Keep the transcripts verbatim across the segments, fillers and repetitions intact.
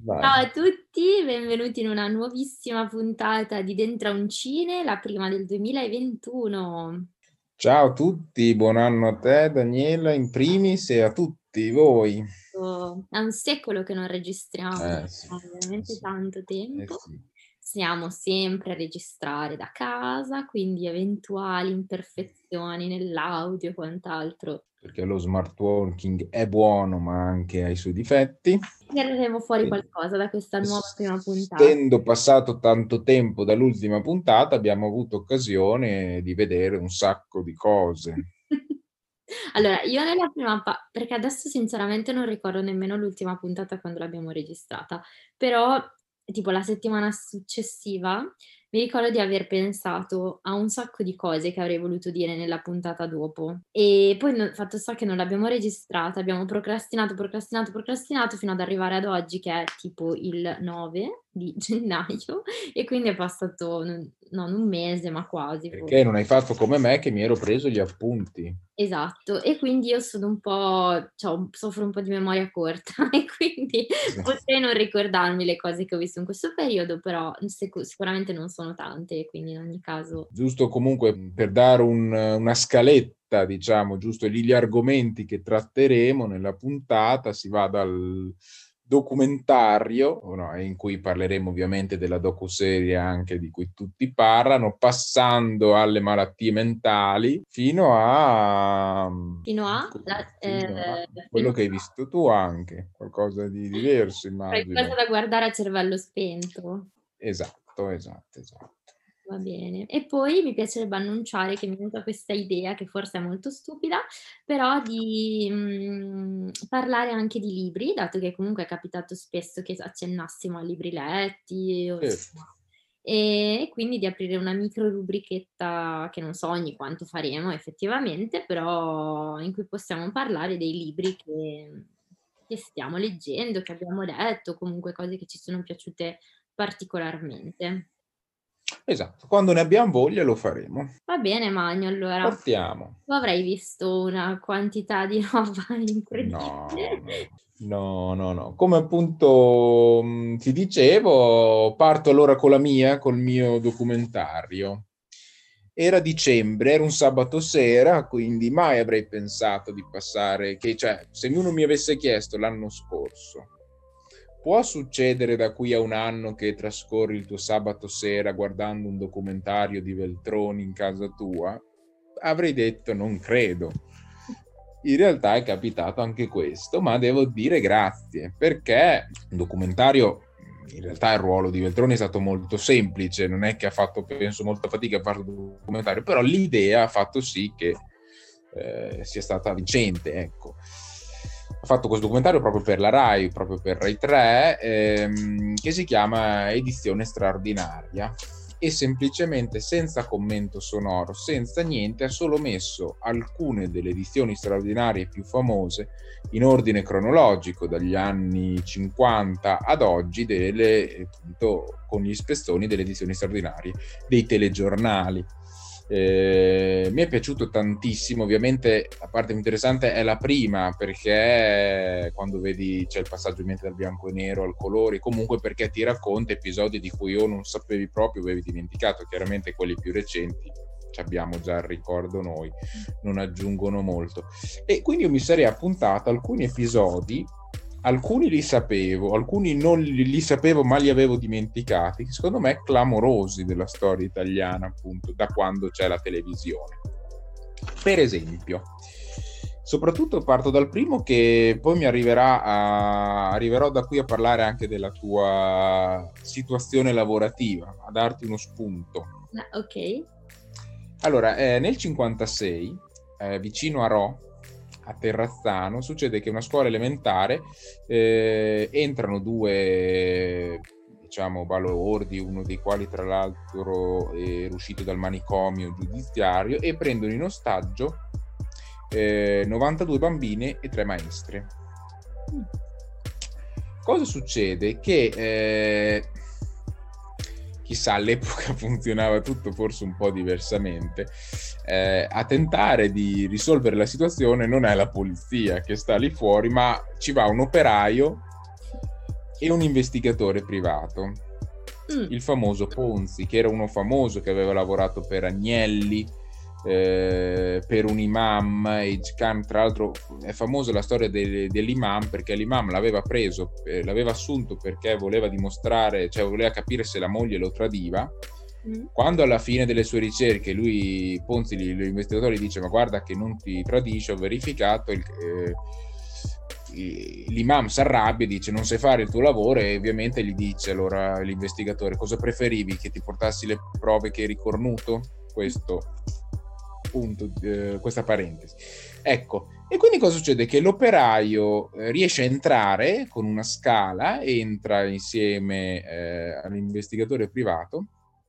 Vai. Ciao a tutti, benvenuti in una nuovissima puntata di Dentro a un Cine, la prima del duemilaventuno. Ciao a tutti, buon anno a te Daniela in primis e a tutti voi. Oh, è un secolo che non registriamo, Eh sì, è eh veramente sì, tanto eh tempo. sì, Siamo sempre a registrare da casa, quindi eventuali imperfezioni nell'audio e quant'altro perché lo smart working è buono ma anche ha i suoi difetti. tireremo fuori Quindi, qualcosa da questa nuova prima puntata. essendo passato tanto tempo dall'ultima puntata, abbiamo avuto occasione di vedere un sacco di cose. Allora, io nella prima pa perché adesso sinceramente non ricordo nemmeno l'ultima puntata quando l'abbiamo registrata, però tipo la settimana successiva mi ricordo di aver pensato a un sacco di cose che avrei voluto dire nella puntata dopo e poi no fatto sta che non l'abbiamo registrata, abbiamo procrastinato, procrastinato, procrastinato fino ad arrivare ad oggi che è tipo il nove di gennaio e quindi è passato non non un mese, ma quasi for Perché non hai fatto come me che mi ero preso gli appunti. Esatto, e quindi io sono un po' c'ho un soffro un po' di memoria corta e quindi Sì. potrei non ricordarmi le cose che ho visto in questo periodo, però sicu sicuramente non sono tante e quindi in ogni caso Giusto comunque per dare un una scaletta, diciamo, giusto gli gli argomenti che tratteremo nella puntata, si va dal documentario, o no, in cui parleremo ovviamente della docuserie anche di cui tutti parlano, passando alle malattie mentali, fino a mhmm, fino a la fino a ehm, fino quello che hai visto tu anche, qualcosa di diverso qualcosa immagino. da guardare a cervello spento. Esatto, esatto, esatto. Va bene. E poi mi piacerebbe annunciare che mi è venuta questa idea, che forse è molto stupida, però di, mhmm, parlare anche di libri, dato che comunque è capitato spesso che s accennassimo a libri letti o Certo. insomma ehm, e quindi di aprire una micro rubrichetta che non so ogni quanto faremo effettivamente, però in cui possiamo parlare dei libri che che stiamo leggendo, che abbiamo letto, comunque cose che ci sono piaciute particolarmente. Esatto, quando ne abbiam voglia lo faremo. Va bene Magno, allora. Partiamo. Tu avrai visto una quantità di roba No, incredibile. no, no, no, no. Come appunto, mhmm, ti dicevo, parto allora con la mia, col mio documentario. Era dicembre, era un sabato sera, quindi mai avrei pensato di passare che cioè, se uno mi avesse chiesto l'anno scorso: "Può succedere da qui a un anno che trascorri il tuo sabato sera guardando un documentario di Veltroni in casa tua?" Avrei detto: "Non credo." In realtà è capitato anche questo, ma devo dire grazie, perché un documentario in realtà il ruolo di Veltroni è stato molto semplice, non è che ha fatto penso molta fatica a fare un documentario, però l'idea ha fatto sì che eh, sia stata vincente, ecco. Ha fatto questo documentario proprio per la Rai, proprio per Rai tre, ehm, che si chiama Edizione straordinaria e semplicemente senza commento sonoro, senza niente, ha solo messo alcune delle edizioni straordinarie più famose in ordine cronologico, dagli anni cinquanta ad oggi, delle, appunto, con gli spezzoni delle edizioni straordinarie dei telegiornali. Eh, mi è piaciuto tantissimo, ovviamente la parte più interessante è la prima, perché quando vedi c'è il passaggio in mente dal bianco e nero al colore, comunque perché ti racconta episodi di cui o non sapevi proprio, avevi dimenticato, chiaramente quelli più recenti ci abbiamo già il ricordo noi, non aggiungono molto. E quindi io mi sarei appuntato alcuni episodi, alcuni li sapevo, alcuni non li, li sapevo ma li avevo dimenticati, secondo me clamorosi della storia italiana, appunto, da quando c'è la televisione. Per esempio, soprattutto parto dal primo che poi mi arriverà a, arriverò da qui a parlare anche della tua situazione lavorativa, a darti uno spunto. Ah, okay. Allora, eh, nel cinquantasei, eh, vicino a Rho, a Terrazzano, succede che una scuola elementare eh, entrano due, diciamo, balordi, uno dei quali tra l'altro era uscito dal manicomio giudiziario, e prendono in ostaggio eh, novantadue bambine e tre maestre. Cosa succede? Che eh, chissà, all'epoca funzionava tutto forse un po' diversamente. Eh, a tentare di risolvere la situazione non è la polizia che sta lì fuori, ma ci va un operaio e un investigatore privato, Mm. il famoso Ponzi, che era uno famoso che aveva lavorato per Agnelli, eh, per un imam, Age Khan. Tra l'altro è famosa la storia del, dell'imam, perché l'imam l'aveva preso, eh, l'aveva assunto perché voleva dimostrare, cioè voleva capire se la moglie lo tradiva. Mm. Quando alla fine delle sue ricerche lui, Ponzi, l'investigatore, gli dice: ma guarda che non ti tradisce, ho verificato, il, eh, l'imam si arrabbia e dice: non sai fare il tuo lavoro, e ovviamente gli dice allora l'investigatore: cosa preferivi, che ti portassi le prove che eri cornuto? Questo punto, eh, questa parentesi. Ecco, e quindi cosa succede? Che l'operaio eh, riesce a entrare con una scala, entra insieme eh, all'investigatore privato.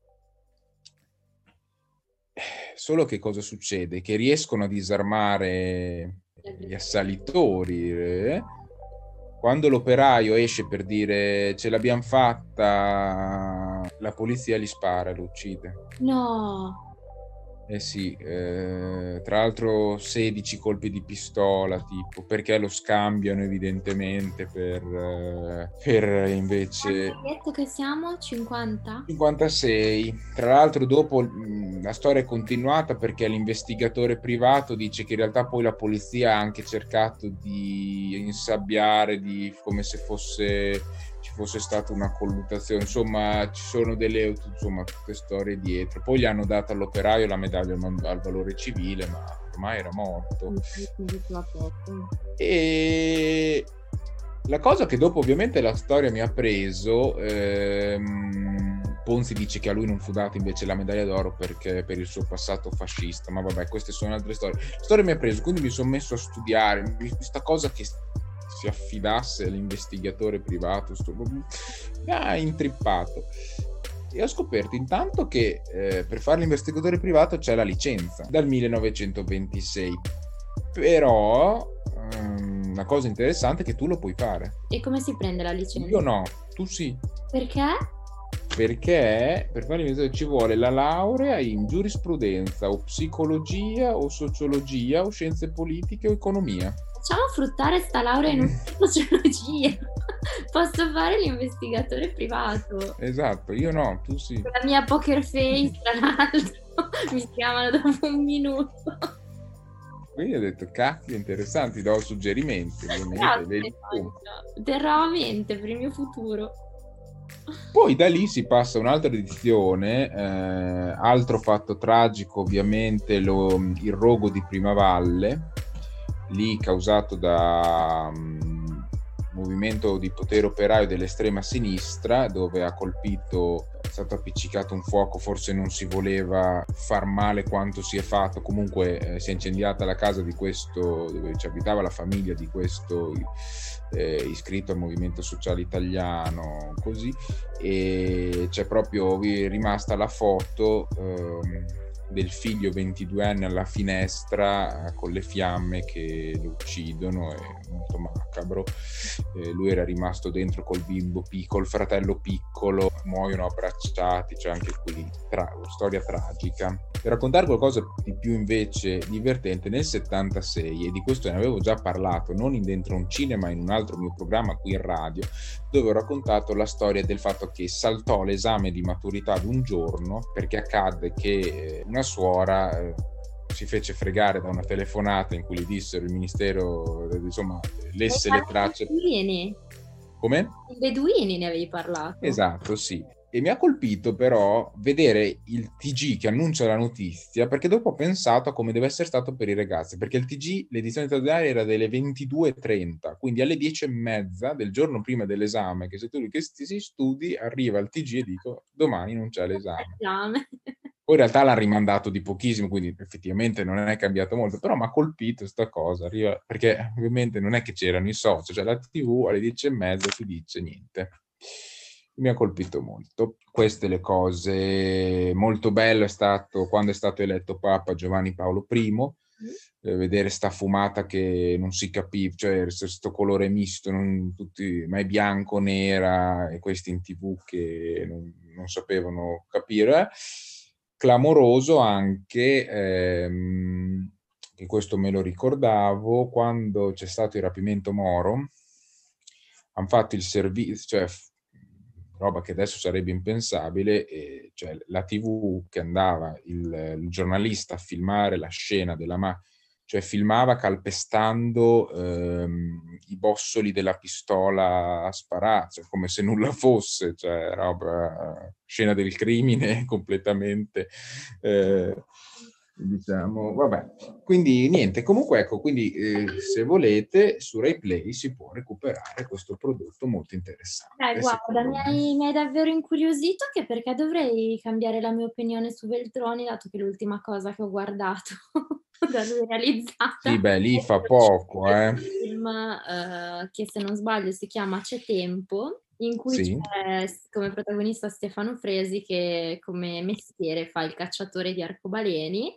Solo che cosa succede? Che riescono a disarmare gli assalitori. Eh? Quando l'operaio esce per dire ce l'abbiamo fatta, la polizia gli spara e lo uccide. No. Eh sì, eh, tra l'altro sedici colpi di pistola, tipo, perché lo scambiano evidentemente per, eh, per invece... Hai detto che siamo cinquanta? cinquantasei. Tra l'altro dopo mh, la storia è continuata, perché l'investigatore privato dice che in realtà poi la polizia ha anche cercato di insabbiare, di, come se fosse ci fosse stata una colluttazione, insomma ci sono delle insomma, tutte storie dietro. Poi gli hanno dato all'operaio la medaglia al valore civile, ma ormai era morto. E la cosa che dopo ovviamente la storia mi ha preso, ehm, Ponzi dice che a lui non fu data invece la medaglia d'oro perché per il suo passato fascista, ma vabbè, queste sono altre storie. La storia mi ha preso, quindi mi sono messo a studiare questa cosa che si affidasse all'investigatore privato, sto, mi ha intrippato. E ho scoperto intanto che eh, per fare l'investigatore privato c'è la licenza dal millenovecentoventisei, però um, una cosa interessante è che tu lo puoi fare. E come si prende la licenza? Io no, tu sì. Perché? Perché per fare l'investigatore ci vuole la laurea in giurisprudenza o psicologia o sociologia o scienze politiche o economia. Facciamo fruttare sta laurea in sociologia. Posso fare l'investigatore privato. Esatto, io no, tu sì. Con la mia poker face, tra l'altro, mi chiamano dopo un minuto. Quindi ho detto, cacchio, interessanti, do suggerimenti. Grazie, terrò a mente per il mio futuro. Poi da lì si passa a un'altra edizione, eh, altro fatto tragico ovviamente, lo, il rogo di Primavalle, lì causato da um, movimento di potere operaio dell'estrema sinistra, dove ha colpito, è stato appiccicato un fuoco, forse non si voleva far male quanto si è fatto, comunque eh, si è incendiata la casa di questo, dove ci abitava la famiglia di questo eh, iscritto al Movimento Sociale Italiano, così, e c'è proprio rimasta la foto ehm, del figlio ventiduenne alla finestra con le fiamme che lo uccidono, è molto macabro. Eh, lui era rimasto dentro col bimbo piccolo, il fratello piccolo, muoiono abbracciati, c'è anche qui tra, storia tragica. Per raccontare qualcosa di più invece divertente, nel settantasei, e di questo ne avevo già parlato non in Dentro un Cinema, in un altro mio programma qui in radio, dove ho raccontato la storia del fatto che saltò l'esame di maturità ad un giorno perché accadde che una suora eh, si fece fregare da una telefonata in cui gli dissero il ministero, insomma, lesse le tracce. Beduini. Come? I beduini ne avevi parlato. Esatto, sì. E mi ha colpito però vedere il T G che annuncia la notizia, perché dopo ho pensato a come deve essere stato per i ragazzi, perché il T G, l'edizione italiana, era delle ventidue e trenta, quindi alle dieci e mezza del giorno prima dell'esame, che se tu che si studi, arriva il T G e dico domani non c'è l'esame. Poi in realtà l'ha rimandato di pochissimo, quindi effettivamente non è cambiato molto, però mi ha colpito questa cosa, arriva, perché ovviamente non è che c'erano i social, cioè la tivù alle dieci e mezza ti dice niente. Mi ha colpito molto. Queste le cose. Molto bello è stato quando è stato eletto Papa Giovanni Paolo I, eh, vedere sta fumata che non si capiva, cioè questo colore misto, non tutti, ma è bianco, nera, e questi in tivù che non, non sapevano capire. Eh. Clamoroso anche, ehm, che questo me lo ricordavo, quando c'è stato il rapimento Moro, hanno fatto il servizio, cioè roba che adesso sarebbe impensabile, e, cioè la tivù che andava, il, il giornalista a filmare la scena della ma cioè filmava calpestando ehm, i bossoli della pistola a sparare, cioè, come se nulla fosse, cioè roba, scena del crimine completamente, eh, diciamo, vabbè. Quindi niente, comunque ecco, quindi eh, se volete su Rai Play si può recuperare questo prodotto molto interessante. Eh, guarda, mi hai, mi hai davvero incuriosito, che perché dovrei cambiare la mia opinione su Veltroni, dato che è l'ultima cosa che ho guardato da lui realizzata. Sì, beh, lì fa poco, eh. Un film eh, che, se non sbaglio, si chiama C'è tempo, in cui Sì. c'è come protagonista Stefano Fresi, che come mestiere fa il cacciatore di arcobaleni,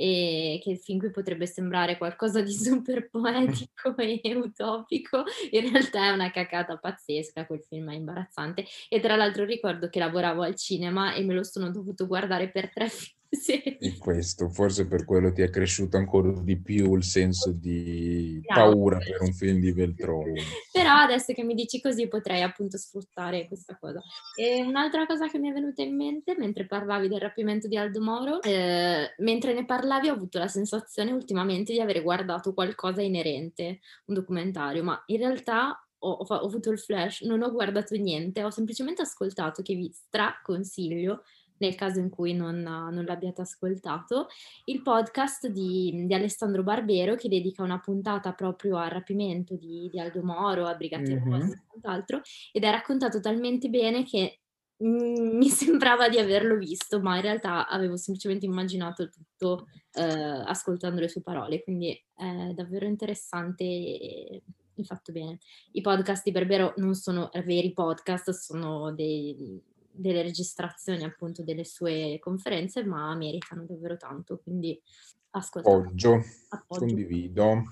e che fin qui potrebbe sembrare qualcosa di super poetico e utopico, in realtà è una cacata pazzesca. Quel film è imbarazzante, e tra l'altro ricordo che lavoravo al cinema e me lo sono dovuto guardare per tre film. E questo, forse per quello ti è cresciuto ancora di più il senso di No. paura per un film di Veltroni. Però adesso che mi dici così potrei appunto sfruttare questa cosa. E un'altra cosa che mi è venuta in mente mentre parlavi del rapimento di Aldo Moro, eh, mentre ne parlavi ho avuto la sensazione ultimamente di avere guardato qualcosa inerente, un documentario, ma in realtà ho, ho, ho avuto il flash, non ho guardato niente, ho semplicemente ascoltato, che vi straconsiglio nel caso in cui non, non l'abbiate ascoltato, il podcast di, di Alessandro Barbero, che dedica una puntata proprio al rapimento di, di Aldo Moro, a Brigate Rosse, mm-hmm. e quant'altro, ed è raccontato talmente bene che mm, mi sembrava di averlo visto, ma in realtà avevo semplicemente immaginato tutto eh, ascoltando le sue parole, quindi è davvero interessante e fatto bene. I podcast di Barbero non sono veri podcast, sono dei... delle registrazioni appunto delle sue conferenze, ma meritano davvero tanto, quindi ascoltate. Appoggio, Appoggio. Condivido.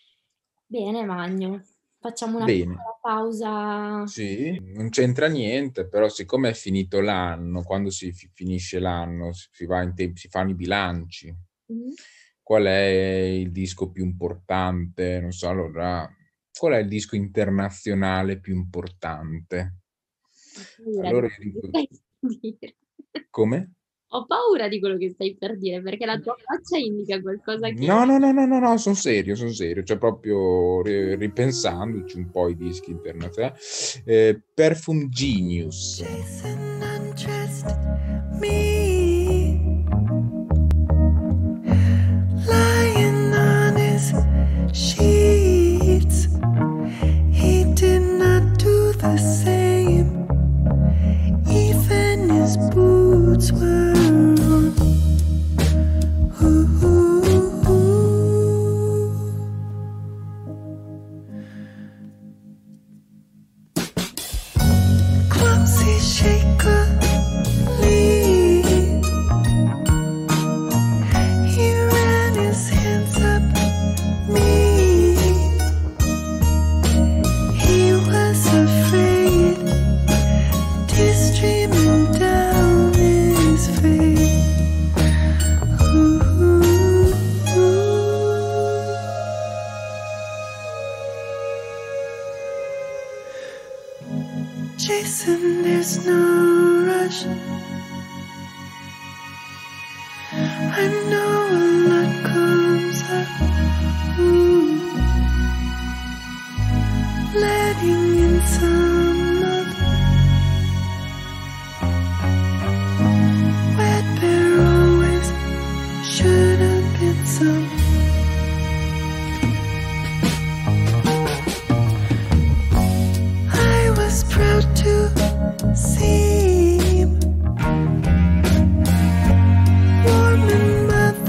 Bene, Magno, facciamo una Bene. piccola pausa. Sì, non c'entra niente, però siccome è finito l'anno, quando si fi- finisce l'anno, si, va in te- si fanno i bilanci. Mm-hmm. Qual è il disco più importante? Non so, allora, qual è il disco internazionale più importante? Allora dico... Come? Ho paura di quello che stai per dire, perché la tua faccia indica qualcosa che... No, no, no, no, no, no, sono serio, sono serio. Cioè, proprio ripensandoci un po' ai dischi internazionali. Eh, Perfume Genius. Lying on his sheets, he did not do the same. Even his boots were on. Ooh, ooh, ooh. Clumsy shaker Lee, he ran his hands up me. He was afraid, tears streaming down his face. Ooh, ooh, ooh. Jason, there's no rush. I know a lot comes up. Ooh. Letting in some of wet bear always should have been some. I was proud to seem warm in my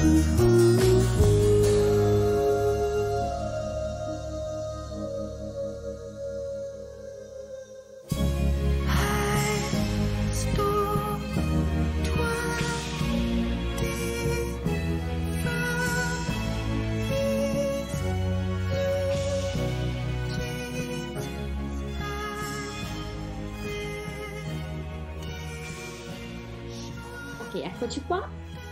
Ok, eccoci qua.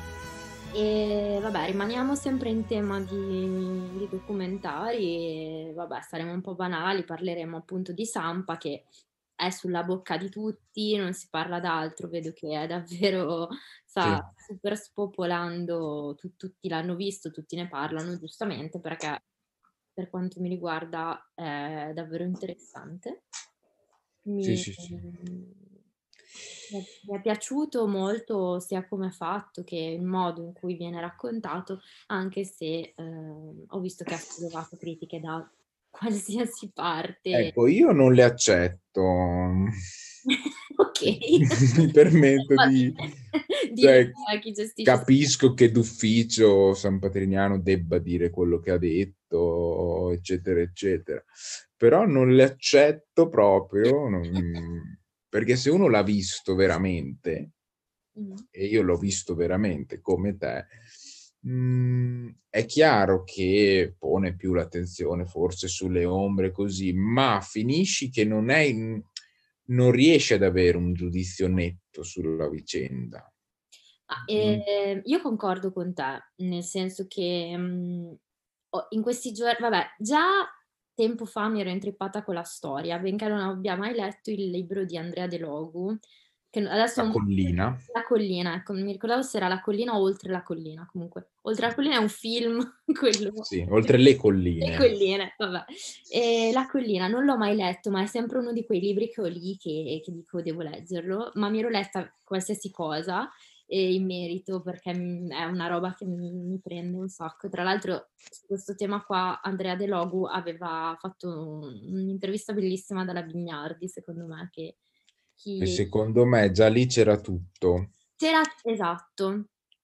E vabbè, rimaniamo sempre in tema di, di documentari. E, vabbè, saremo un po' banali, parleremo appunto di Sampa, che è sulla bocca di tutti, non si parla d'altro, vedo che è davvero, sta Sì, super spopolando, tu- tutti l'hanno visto, tutti ne parlano, giustamente, perché per quanto mi riguarda è davvero interessante. sì, Mi, sì, sì. mi è mi è piaciuto molto sia come è fatto che il modo in cui viene raccontato, anche se ehm, ho visto che ha sollevato critiche da qualsiasi parte. Ecco, io non le accetto. Ok, Mi permetto va di, bene, dillo cioè, a chi gestisce. capisco che d'ufficio San Patrignano debba dire quello che ha detto, eccetera, eccetera, però non le accetto proprio, non- perché se uno l'ha visto veramente, Mhm. e io l'ho visto veramente come te, mh, è chiaro che pone più l'attenzione forse sulle ombre così, ma finisci che non è in- non riesce ad avere un giudizio netto sulla vicenda. Ah, Mm, ehm, io concordo con te, nel senso che, mhmm, ho in questi gior vabbè, già tempo fa mi ero intrippata con la storia, benché non abbia mai letto il libro di Andrea Delogu, che n adesso La un collina, La collina, ecco, non mi ricordavo se era La collina o Oltre la collina, comunque. Oltre la collina è un film, quello sì, oltre le Le colline. colline, vabbè. Ehm, La collina non l'ho mai letto, ma è sempre uno di quei libri che ho lì che che dico: "Devo leggerlo", ma mi ero letta qualsiasi cosa, ehm, in merito perché, mhmm, è una roba che mi mi prende un sacco. Tra l'altro su questo tema qua Andrea Delogu aveva fatto un un'intervista bellissima dalla Vignardi, secondo me, che E chi secondo me già lì c'era tutto. c'era esatto.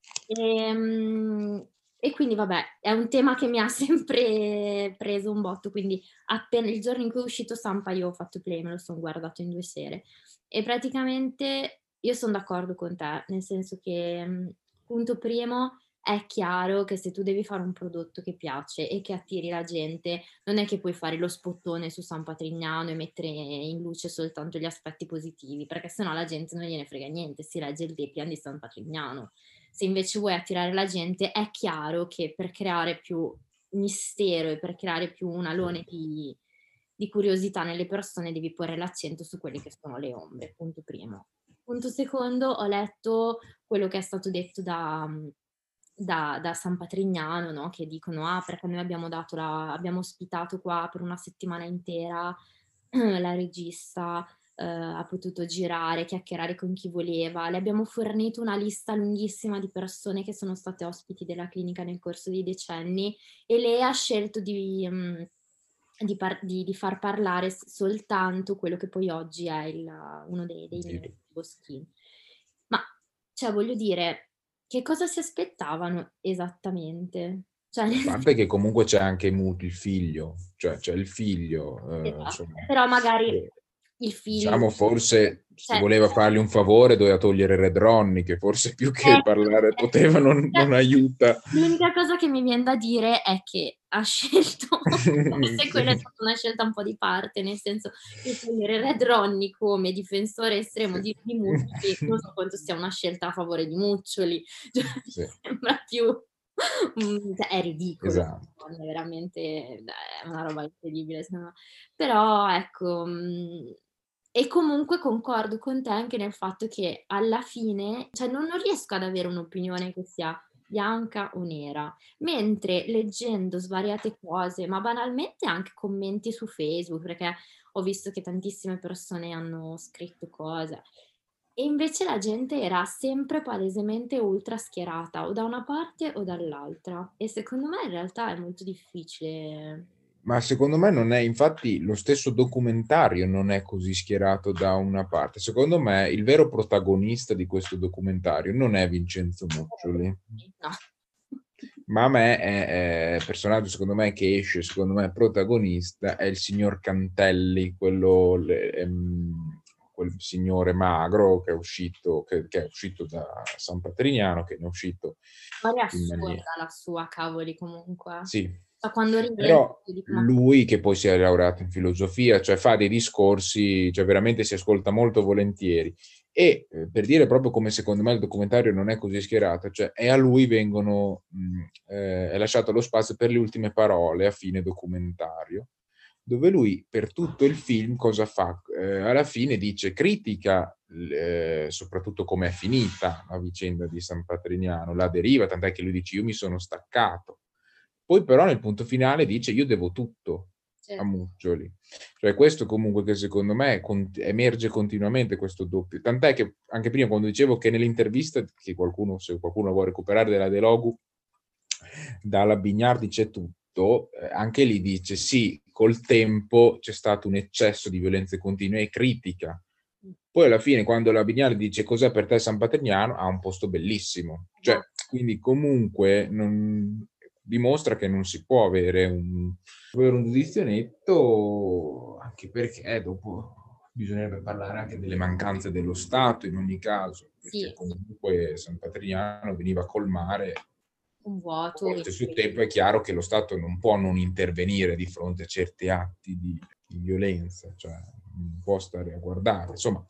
Ehm, e quindi vabbè, è un tema che mi ha sempre preso un botto, quindi appena il giorno in cui è uscito Sampa io ho fatto play, me lo son guardato in due sere. E praticamente io son d'accordo con te, nel senso che, mhmm, punto primo, è chiaro che se tu devi fare un prodotto che piace e che attiri la gente, non è che puoi fare lo spottone su San Patrignano e mettere in luce soltanto gli aspetti positivi, perché se no la gente non gliene frega niente, si legge il Depian di San Patrignano. Se invece vuoi attirare la gente, è chiaro che per creare più mistero e per creare più un alone di, di curiosità nelle persone devi porre l'accento su quelle che sono le ombre, punto primo. Punto secondo, ho letto quello che è stato detto da, da, da San Patrignano, no? Che dicono, ah, perché noi abbiamo, dato la, abbiamo ospitato qua per una settimana intera la regista, eh, ha potuto girare, chiacchierare con chi voleva. Le abbiamo fornito una lista lunghissima di persone che sono state ospiti della clinica nel corso dei decenni e lei ha scelto di, mh, di, par- di- di far parlare s- soltanto quello che poi oggi è il- uno dei, dei Sì. miei boschini. Ma, cioè, voglio dire, che cosa si aspettavano esattamente? Cioè, A nel parte che comunque c'è anche Mut, il figlio, cioè c'è il figlio, eh, esatto. insomma. Però magari Eh, il figlio, diciamo forse se cioè, voleva fargli un favore doveva togliere Red Ronnie, che forse più che ecco, parlare poteva non, non aiuta. l'unica cosa che mi viene da dire è che ha scelto, forse quella è Sì, stata una scelta un po' di parte, nel senso che togliere Red Ronnie come difensore estremo sì. di, di Muccioli, non so quanto sia una scelta a favore di Muccioli, cioè, mi Sì, sembra più, mm, cioè, è ridicolo, esatto. è veramente è una roba incredibile, secondo me. Però ecco, mh, e comunque concordo con te anche nel fatto che alla fine, cioè non, non riesco ad avere un'opinione che sia bianca o nera, mentre leggendo svariate cose, ma banalmente anche commenti su Facebook, perché ho visto che tantissime persone hanno scritto cose, e invece la gente era sempre palesemente ultra schierata, o da una parte o dall'altra, e secondo me in realtà è molto difficile. Ma secondo me non è, infatti, lo stesso documentario non è così schierato da una parte. Secondo me il vero protagonista di questo documentario non è Vincenzo Muccioli. No. Ma a me è, è il personaggio, secondo me, che esce, secondo me, protagonista, è il signor Cantelli, quello, le- ehm, quel signore magro che è uscito, che, che è uscito da San Patrignano, che ne è uscito Storia in maniera... assurda la sua, cavoli, comunque. Sì, Da quando rientro però dico: "Ma lui che poi si è laureato in filosofia, cioè fa dei discorsi, cioè veramente si ascolta molto volentieri. E eh, per dire proprio come secondo me il documentario non è così schierato, cioè e a lui vengono, mh, eh, è lasciato lo spazio per le ultime parole a fine documentario, dove lui per tutto il film cosa fa? Eh, alla fine dice, critica eh, soprattutto come è finita la vicenda di San Patrignano, la deriva, tant'è che lui dice io mi sono staccato. Poi però nel punto finale dice io devo tutto a sì, Muccioli. Cioè questo comunque che secondo me cont- emerge continuamente questo doppio. Tant'è che anche prima quando dicevo che nell'intervista, che qualcuno, se qualcuno vuole recuperare della De Logu, dalla Bignardi c'è tutto, eh, anche lì dice sì, col tempo c'è stato un eccesso di violenze continue e critica. Poi alla fine, quando la Bignardi dice cos'è per te San Patrignano, ha un posto bellissimo. Cioè, esatto. quindi comunque non, dimostra che non si può avere un, avere un giudizio netto, anche perché dopo bisognerebbe parlare anche delle mancanze dello Stato in ogni caso, perché Sì, comunque San Patrignano veniva a colmare. un vuoto Allo stesso tempo è chiaro che lo Stato non può non intervenire di fronte a certi atti di, di violenza, cioè non può stare a guardare. Insomma,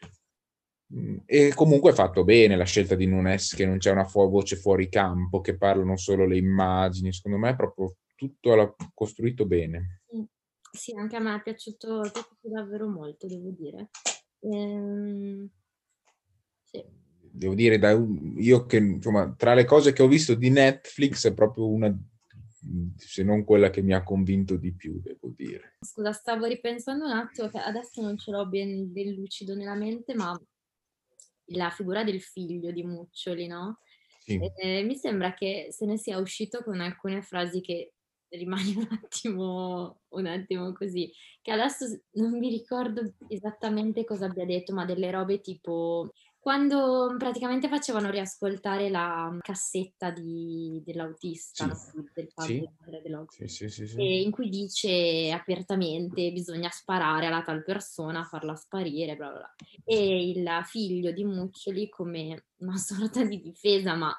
mh, e comunque è fatto bene la scelta di non essere, che non c'è una fu- voce fuori campo, che parlano solo le immagini. Secondo me è proprio tutto alla- costruito bene. Mh. Sì, anche a me è piaciuto è piaciuto davvero molto, devo dire. Ehm, sì. Devo dire, da, io che insomma, tra le cose che ho visto di Netflix è proprio una, se non quella che mi ha convinto di più, devo dire. Scusa, stavo ripensando un attimo che adesso non ce l'ho ben ben lucido nella mente, ma la figura del figlio di Muccioli, no, Sì, ehm, mi sembra che se ne sia uscito con alcune frasi che rimani un attimo un attimo così, che adesso s non mi ricordo esattamente cosa abbia detto, ma delle robe tipo quando praticamente facevano riascoltare la cassetta di dell'autista, sì, no, del padre sì, e madre dell'au sì, sì, sì, sì. e in cui dice apertamente: "Bisogna sparare alla tal persona, farla sparire, bla bla bla". E il figlio di Muccioli, come una sorta di difesa, ma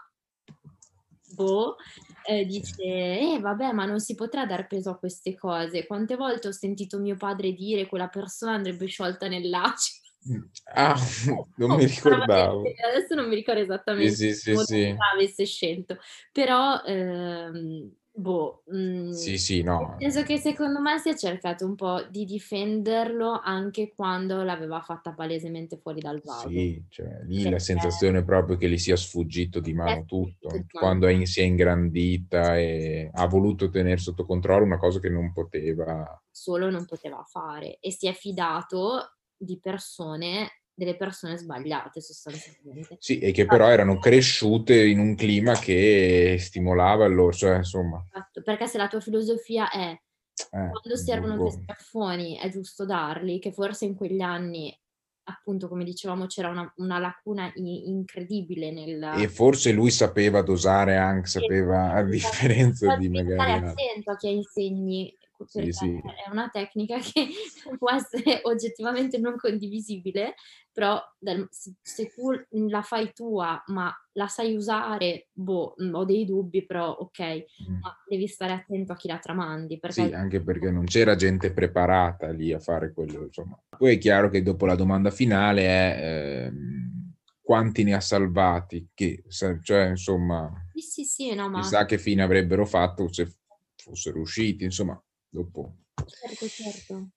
boh, ehm, Sì. dice: "Eh vabbè, ma non si potrà dar peso a queste cose. Quante volte ho sentito mio padre dire: quella persona andrebbe sciolta nell'acido". Mm. Ah, non Oh, mi una roba del ricordavo. genere. Adesso non mi ricordo Sì, esattamente sì, che sì, sì. modalità avesse scelto, però, ehm, boh, mhmm, Sì, sì, nel no. senso che secondo me si è cercato un po' di difenderlo anche quando l'aveva fatta palesemente fuori dal vaso. Sì, cioè lì la Perché sensazione è proprio che gli sia sfuggito di è mano sfuggito tutto, di mano. quando è in- si è ingrandita e ha voluto tenere sotto controllo una cosa che non poteva. Solo non poteva fare e si è fidato di persone delle persone sbagliate sostanzialmente. Sì, e che però erano cresciute in un clima che stimolava il loro, cioè insomma, Esatto, perché se la tua filosofia è: eh, quando servono due boh. schiaffoni è giusto darli, che forse in quegli anni, appunto, come dicevamo, c'era una una lacuna i incredibile nel E forse lui sapeva dosare anche, sì, sapeva a esatto. differenza Però di devi stare magari altri. attento a chi insegni, q Sì, perché sì. è una tecnica che può essere oggettivamente non condivisibile, però dal s se tu, mhmm, la fai tua, ma la sai usare, boh, mhmm, ho dei dubbi, però okay, Mm. ma devi stare attento a chi la tramandi, perché Sì, anche perché non c'era gente preparata lì a fare quello, insomma. Poi è chiaro che dopo la domanda finale è ehm, quanti ne ha salvati, che, sa- cioè, insomma, sì, sì, sì, no, ma chissà che fine avrebbero fatto se fossero usciti, insomma, dopo. certo, certo.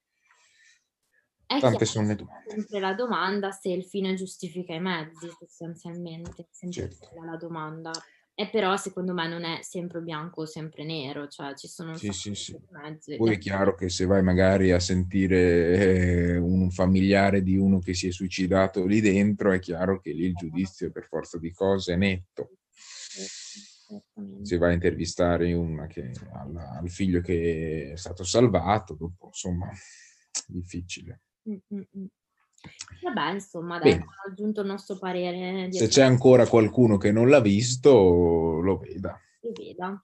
È Tante chiaro, sono le domande. sempre la domanda se il fine giustifica i mezzi sostanzialmente, sempre Certo. quella la domanda. E però secondo me non è sempre bianco o sempre nero, cioè ci sono un Sì, sacco sì, di sì. vie di mezzo ed Poi è è chiaro che se vai magari a sentire eh, un familiare di uno che si è suicidato lì dentro, è chiaro che lì il giudizio per forza di cose è netto. certo, Se certamente. vai a intervistare una che al, al figlio che è stato salvato, dopo, insomma, difficile. Mh, mh, mh. Vabbè insomma dai, Bene, abbiamo aggiunto il nostro parere se dietro c'è ancora qualcuno che non l'ha visto, lo veda. che veda.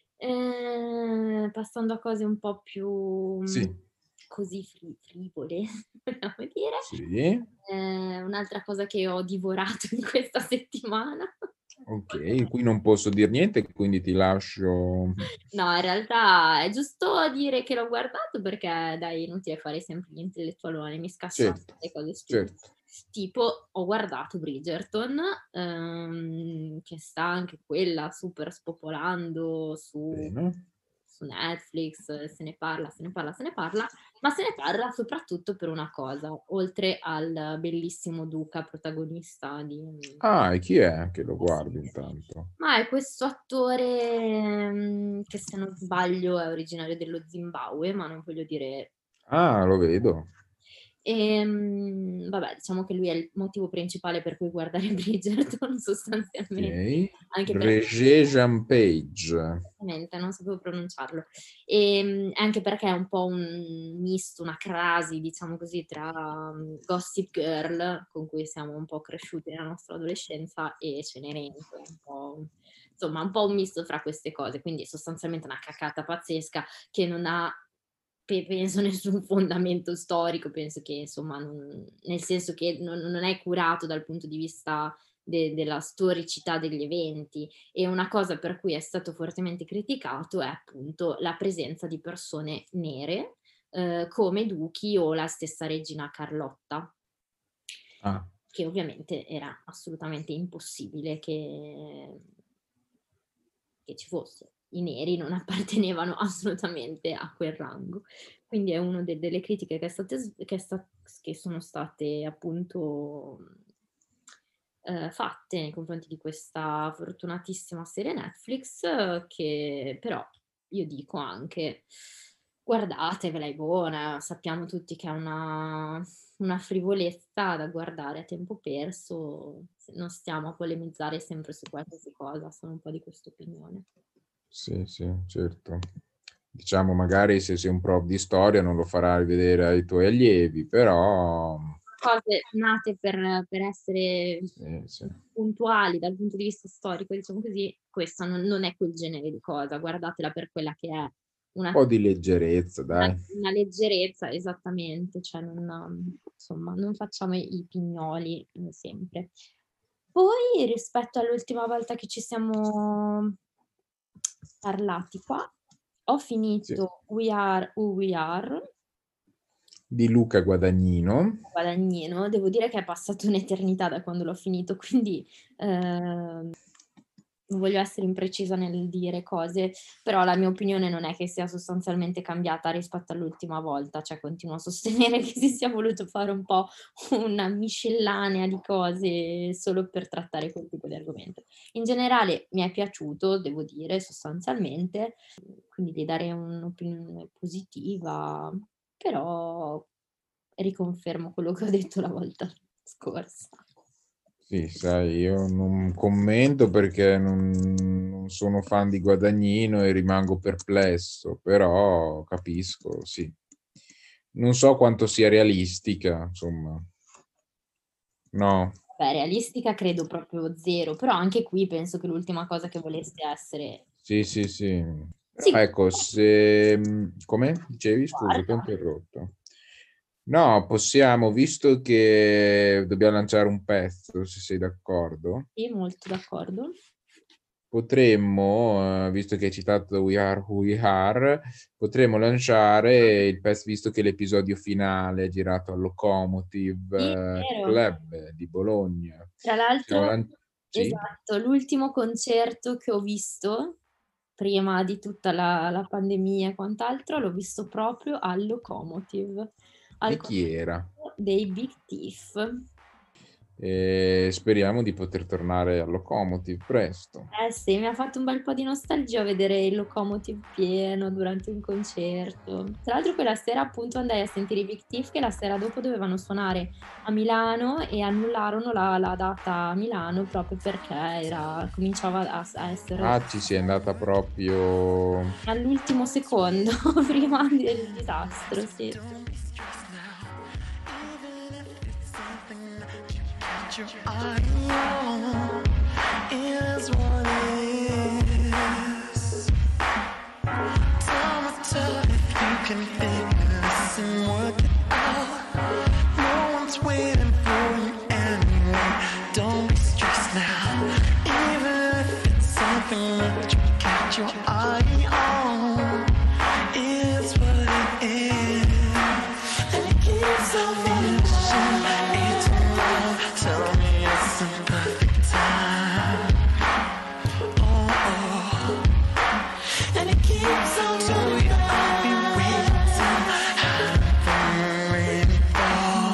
Ehm, passando a cose un po' più, mhmm, Sì. così fri frivole, vogliamo dire, Sì. ehm, un'altra cosa che ho divorato in questa settimana. Okay, qui non posso dir niente, quindi ti lascio No, in realtà è giusto dire che l'ho guardato perché dai, è inutile fare sempre gli intellettualoni, mi scaccio anche certo, le cose stupide. certo. Tipo, ho guardato Bridgerton, ehm, che sta anche quella super spopolando su Bene. su Netflix, se ne parla, se ne parla, se ne parla, ma se ne parla soprattutto per una cosa, oltre al bellissimo duca protagonista di Ah, e chi è che lo eh sì. guardi intanto? Ma è questo attore, mhmm, che se non sbaglio è originario dello Zimbabwe, ma non voglio dire Ah, lo vedo. ehm, vabbè, diciamo che lui è il motivo principale per cui guardare Bridgerton sostanzialmente, Okay. anche perché Regé-Jean-Page. esattamente, non sapevo pronunciarlo. Ehm, anche perché è un po' un misto, una crasi, diciamo così, tra, mhmm, Gossip Girl, con cui siamo un po' cresciuti nella nostra adolescenza, e Cenerentola, un po' insomma un po' un misto fra queste cose, quindi sostanzialmente una cacata pazzesca che non ha pe penso nessun fondamento storico, penso che insomma non nel senso che non non è curato dal punto di vista de della storicità degli eventi. E una cosa per cui è stato fortemente criticato è appunto la presenza di persone nere, uhm, come duchi o la stessa regina Carlotta, Ah, che ovviamente era assolutamente impossibile che che ci fosse. I neri non appartenevano assolutamente a quel rango. Quindi è uno de delle critiche che è state s che è sta s che sono state appunto, ehm, fatte nei confronti di questa fortunatissima serie Netflix, eh, che però io dico anche: guardatevela, è buona, sappiamo tutti che è una una frivolezza da guardare a tempo perso, s non stiamo a polemizzare sempre su qualsiasi cosa, sono un po' di quest'opinione. sì, sì, certo. Diciamo magari se sei un prof di storia non lo farai vedere ai tuoi allievi, però Cose nate per per essere sì, sì. puntuali dal punto di vista storico, diciamo così, questa non non è quel genere di cosa, guardatela per quella che è, una Po' di leggerezza una dai. una leggerezza, esattamente, cioè non insomma, non facciamo i i pignoli, come sempre. Poi rispetto all'ultima volta che ci siamo parlati qua, ho Sì. finito We Are Who We Are. Di Luca Guadagnino. Guadagnino, devo dire che è passata un'eternità da quando l'ho finito, quindi, ehm, non voglio essere imprecisa nel dire cose, però la mia opinione non è che sia sostanzialmente cambiata rispetto all'ultima volta, cioè continuo a sostenere che si sia voluto fare un po' una miscellanea di cose solo per trattare quel tipo di argomento. In generale mi è piaciuto, devo dire, sostanzialmente, quindi gli darei un'opinione positiva, però riconfermo quello che ho detto la volta scorsa. Sì, sai, io non commento perché non non sono fan di Guadagnino e rimango perplesso, però capisco, sì. Non so quanto sia realistica, insomma. No. Beh, realistica credo proprio zero, però anche qui penso che l'ultima cosa che volesse essere Sì, sì, sì. Però sì, ecco, se mhmm, come? Dicevi? Scusa, t'ho guarda, interrotto. No, possiamo, visto che dobbiamo lanciare un pezzo, se sei d'accordo, sì, molto d'accordo. potremmo, ehm, visto che hai citato We Are Who We Are, potremmo lanciare il pezzo, visto che l'episodio finale è girato al Sì, Locomotive vero. Club di Bologna. Tra Possiamo l'altro lan sì? esatto, l'ultimo concerto che ho visto, prima di tutta la la pandemia e quant'altro, l'ho visto proprio al Locomotive, al Di chi era? concerto dei Big Thief. E speriamo di poter tornare al Locomotive presto. Eh sì, mi ha fatto un bel po' di nostalgia vedere il Locomotive pieno durante un concerto. Tra l'altro quella sera appunto andai a sentire i Big Thief che la sera dopo dovevano suonare a Milano e annullarono la la data a Milano proprio perché era cominciava a s a essere Ah, ci sei andata proprio all'ultimo secondo prima del disastro, sì. Is what it is. your eye on is what it is, and it keeps on finishing. It's love, tell me it's the perfect time. Oh, oh. And it keeps on so you I'll be waiting, I've been ready for,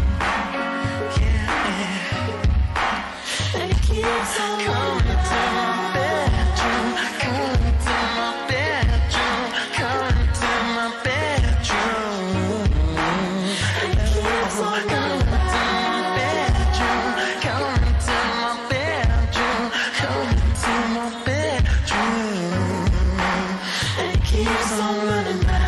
yeah. And it keeps on coming to my bedroom, coming to my bedroom, coming to my bedroom. And it keeps on coming to my bedroom, coming to my bedroom, coming to my bedroom. And it keeps on running back.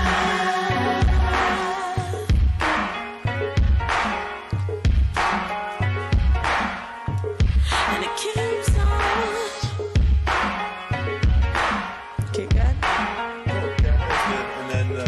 And it keeps on. Okay, good. And then uh,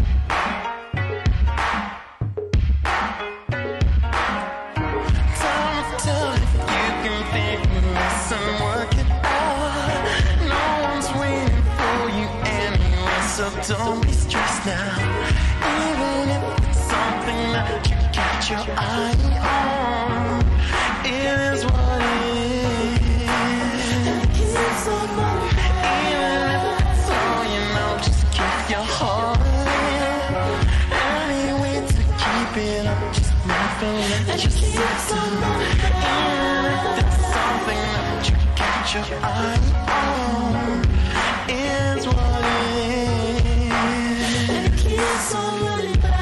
Tell me, tell me if you can think with this and work it out. No one's waiting for you anyway, so don't be stressed now. Even if it's something that you got your eye on, it is what it is. And it keeps on running. Even if it's all you know, just keep your heart in. Any way to keep it up, just never let yourself down. Even if it's something that you got your eye on, is what it is. And it keeps on running back.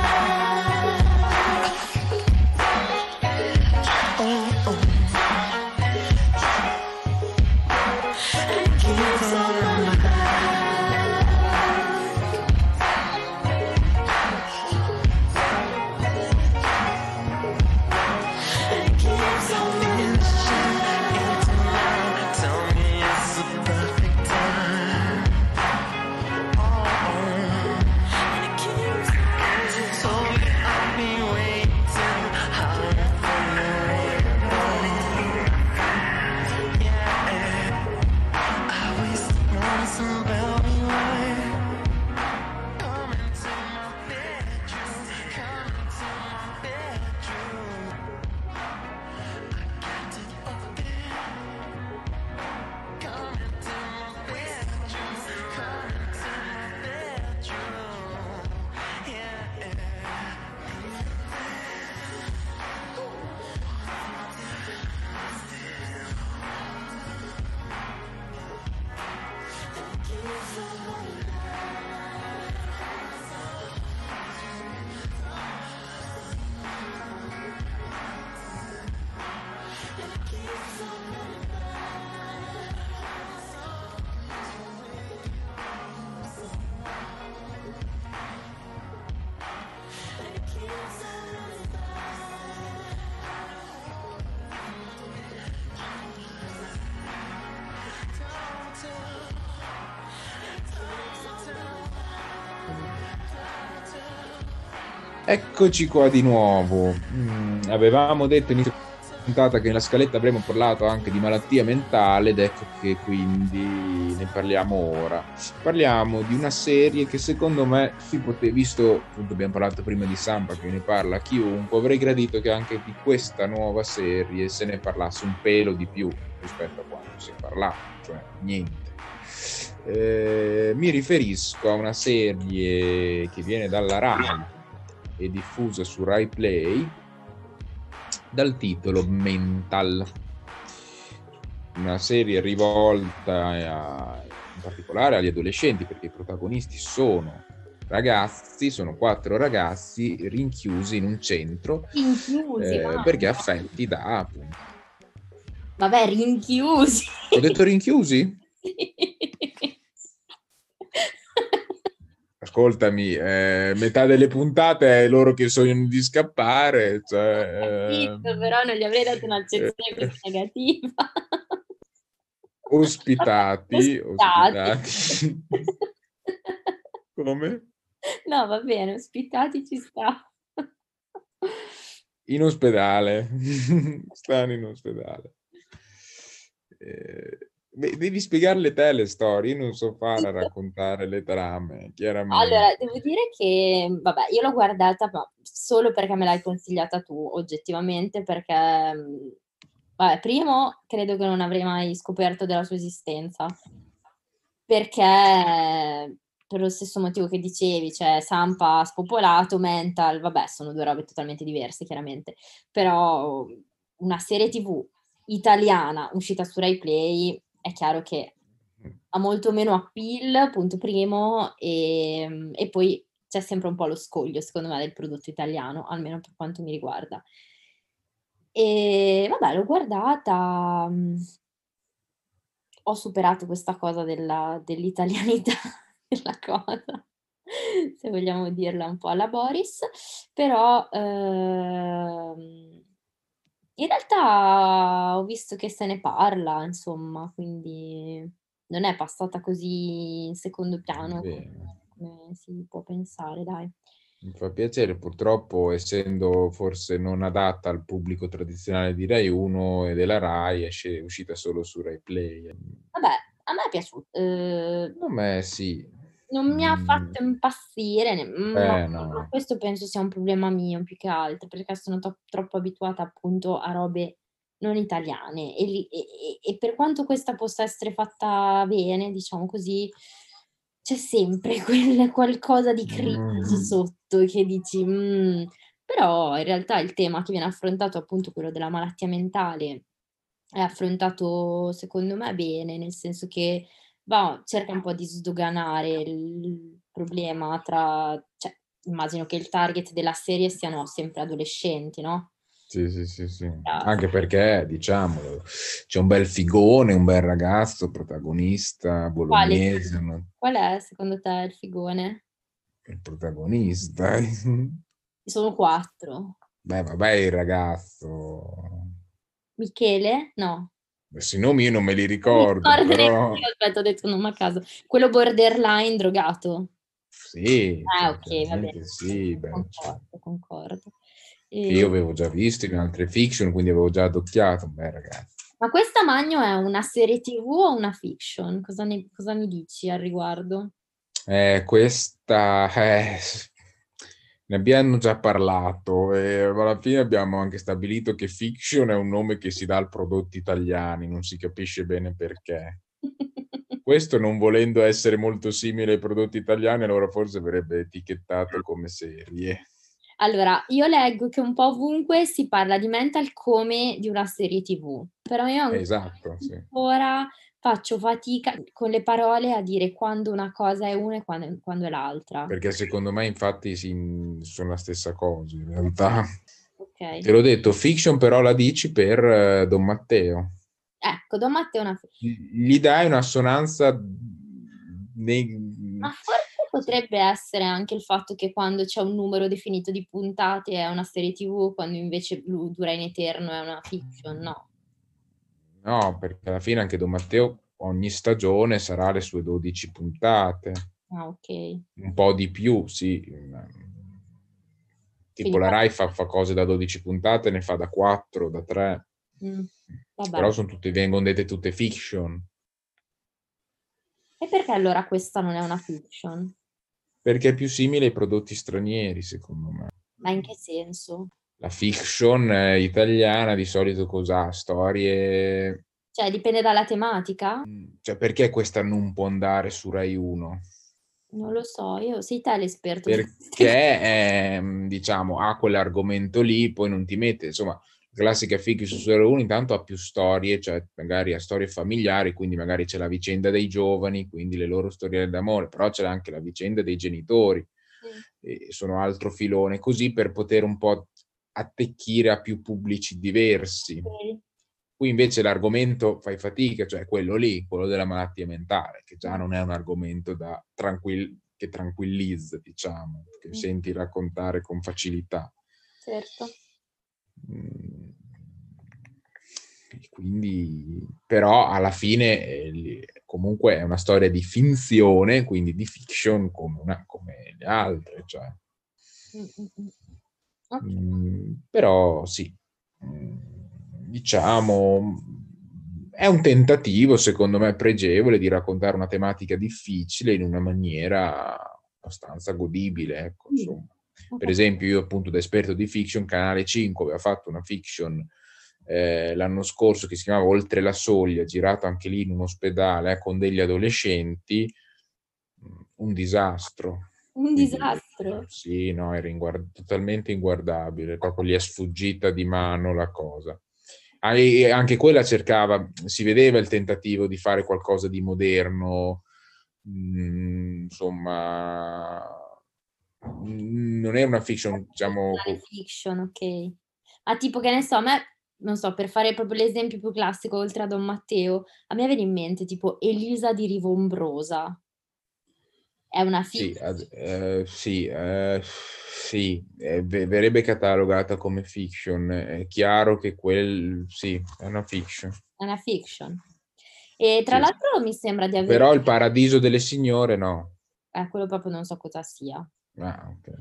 Oh, oh. And it keeps on running back. And it keeps on finishing. It's love, tell me it's the perfect time. Oh, oh. And it keeps on. So I'll be waiting, hard for you. Yeah, I wasted months and barely wine. Come into my bedroom, come into my bedroom. I got it open. Come into my bedroom, come into my bedroom. Yeah. Eccoci qua di nuovo. Mm, avevamo detto inizio puntata che nella scaletta avremmo parlato anche di malattia mentale ed ecco che quindi ne parliamo ora. Parliamo di una serie che secondo me si poteva, visto appunto abbiamo parlato prima di Sampa che ne parla chiunque, avrei gradito che anche di questa nuova serie se ne parlasse un pelo di più rispetto a quando si parlava, cioè niente. Eh, mi riferisco a una serie che viene dalla Rai e diffusa su Rai Play dal titolo Mental, una serie rivolta a, in particolare agli adolescenti perché i protagonisti sono ragazzi, sono quattro ragazzi rinchiusi in un centro Rinchiusi, eh, ma- perché affetti da appunto. Vabbè, rinchiusi. Ho detto rinchiusi? Ascoltami, eh, metà delle puntate è loro che sognano di scappare, cioè, Capito, ehm, però non gli avrei dato un'accezione eh, così negativa. ospitati, Ospitati. ospitati. Come? No, va bene, ospitati ci sta. In ospedale. Stanno in ospedale. Eh, Beh, devi spiegarle te le storie, io non so fare a raccontare le trame, Allora, chiaramente. devo dire che, vabbè, io l'ho guardata, ma solo perché me l'hai consigliata tu, oggettivamente, perché, mh, vabbè, primo, credo che non avrei mai scoperto della sua esistenza, perché per lo stesso motivo che dicevi, cioè Sampa spopolato, Mental, vabbè, sono due robe totalmente diverse, chiaramente, però una serie tivù italiana uscita su Rai Play, è chiaro che ha molto meno appeal, punto primo, e, e poi c'è sempre un po' lo scoglio, secondo me, del prodotto italiano, almeno per quanto mi riguarda. E vabbè, l'ho guardata, mh, ho superato questa cosa della, dell'italianità della cosa, se vogliamo dirla un po' alla Boris, però ehm, in realtà ho visto che se ne parla, insomma, quindi non è passata così in secondo piano come, Bene. come si può pensare, dai. Mi fa piacere, purtroppo essendo forse non adatta al pubblico tradizionale di Rai uno e della Rai, esce- è uscita solo su Rai Play. Vabbè, a me è piaciuto. Eh, A me sì. non mi ha Mm, fatto impazzire, ne- ma eh ma no. questo penso sia un problema mio più che altro, perché sono to- troppo abituata appunto a robe non italiane e, li- e- e- e per quanto questa possa essere fatta bene, diciamo così, c'è sempre quel qualcosa di cringe Mm, sotto che dici, "Mm". Però in realtà il tema che viene affrontato, appunto quello della malattia mentale, è affrontato secondo me bene, nel senso che va, cerca un po' di sdoganare il problema tra, cioè, immagino che il target della serie siano sempre adolescenti, no? sì, sì, sì, sì. Ah, Anche perché, diciamolo, c'è un bel figone, un bel ragazzo protagonista quale, bolognese, no? qual è secondo te il figone? Il protagonista. Sono quattro. Beh, vabbè, il ragazzo. Michele? No. Questi nomi io non me li Non mi ricordo, ricordo neanche però io, aspetta, ho detto un nome a caso. Quello borderline drogato. sì, Ah, cioè, ok, va bene. chiaramente sì, beh, cioè, Concordo, concordo. che E- io avevo già visto in altre fiction, quindi avevo già adocchiato. Beh, ragazzi. Ma questa Magno è una serie tivù o una fiction? Cosa, ne- cosa mi dici al riguardo? Eh, questa, eh, ne abbiamo già parlato e alla fine abbiamo anche stabilito che fiction è un nome che si dà al prodotti italiani, non si capisce bene perché. Questo non volendo essere molto simile ai prodotti italiani, allora forse verrebbe etichettato come serie. Allora, io leggo che un po' ovunque si parla di mental come di una serie tivù, però io Eh, an- Esatto, sì. ancora faccio fatica con le parole a dire quando una cosa è una e quando, quando è l'altra. Perché secondo me infatti si- sono la stessa cosa in realtà. Ok. Te l'ho detto, fiction però la dici per eh, Don Matteo. Ecco, Don Matteo è una Gli dai un'assonanza Ma nei... forse potrebbe essere anche il fatto che quando c'è un numero definito di puntate è una serie tivù, quando invece Blue dura in eterno è una fiction, no? No, perché alla fine anche Don Matteo ogni stagione sarà le sue dodici puntate, Ah, ok. un po' di più, sì. Tipo Quindi, la Rai fa, fa cose da dodici puntate, ne fa da quattro, da tre, mm, vabbè. però sono tutte, vengono dette tutte fiction, E perché allora questa non è una fiction? perché è più simile ai prodotti stranieri, secondo me. Ma in che senso? La fiction eh, italiana di solito cos'ha? Storie... Cioè, dipende dalla tematica? Cioè, perché questa non può andare su Rai uno? Non lo so, io sei te l'esperto di queste cose. Perché ehm, diciamo ha quell'argomento lì, poi non ti mette, insomma, la classica fiction su Rai uno intanto ha più storie, cioè magari ha storie familiari, quindi magari c'è la vicenda dei giovani, quindi le loro storie d'amore, però c'è anche la vicenda dei genitori, Mm, e sono altro filone, così per poter un po' attecchire a più pubblici diversi. ok. Qui invece l'argomento fai fatica, cioè quello lì, quello della malattia mentale, che già Mm, non è un argomento da tranquill- che tranquillizza, diciamo, che mm, senti raccontare con facilità. certo. Mm. Quindi, però alla fine eh, comunque è una storia di finzione, quindi di fiction come, una, come le altre, cioè. Mm, mm, mm. Ok. Mm, però sì, mm, diciamo, è un tentativo, secondo me, pregevole di raccontare una tematica difficile in una maniera abbastanza godibile, ecco, Mm. insomma. Ho Per capito. esempio, io appunto da esperto di fiction, Canale cinque aveva fatto una fiction eh, l'anno scorso che si chiamava Oltre la soglia, girato anche lì in un ospedale eh, con degli adolescenti, un disastro. Un Quindi, disastro. sì, no, era inguard- totalmente inguardabile, proprio gli è sfuggita di mano la cosa. Ah, e anche quella cercava, si vedeva il tentativo di fare qualcosa di moderno, mh, insomma, mh, non è una fiction, diciamo, Giornale co- fiction, ok. Ah, tipo che ne so, a me, non so, per fare proprio l'esempio più classico, oltre a Don Matteo, a me viene in mente tipo Elisa di Rivombrosa. È una sì, fiction. ad- eh, sì, eh, sì, eh, ve- verrebbe catalogata come fiction. È chiaro che quel, sì, è una fiction. È una fiction. E tra Sì. l'altro mi sembra di avere... Però il Paradiso delle Signore no. Eh, quello proprio non so cosa sia. Ah, ok.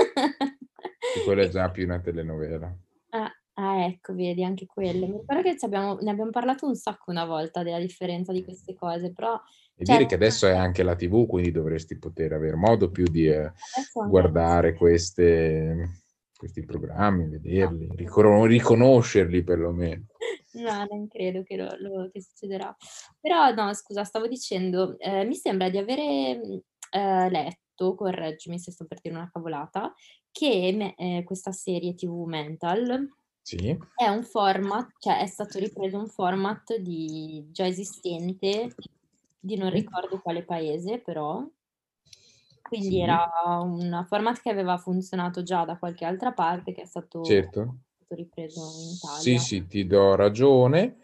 Sì, quello è già più una telenovela. Ah, ah, ecco, vedi, anche quello. Mi ricordo che ci abbiamo- ne abbiamo parlato un sacco una volta della differenza di queste cose, però... E Cioè, dire che adesso è anche la tivù, quindi dovresti poter avere modo più di eh, adesso anche... guardare queste, questi programmi, vederli, No. ricor- riconoscerli perlomeno. No, non credo che, lo, lo- che succederà. Però no, scusa, stavo dicendo, eh, mi sembra di avere mh, eh, letto, correggimi se sto per dire una cavolata, che me- eh, questa serie T V Mental Sì, è un format, cioè è stato ripreso un format di, già esistente, di non ricordo quale paese, però. Quindi sì, era un format che aveva funzionato già da qualche altra parte, che è stato, certo. stato ripreso in Sì, Italia. sì, ti do ragione.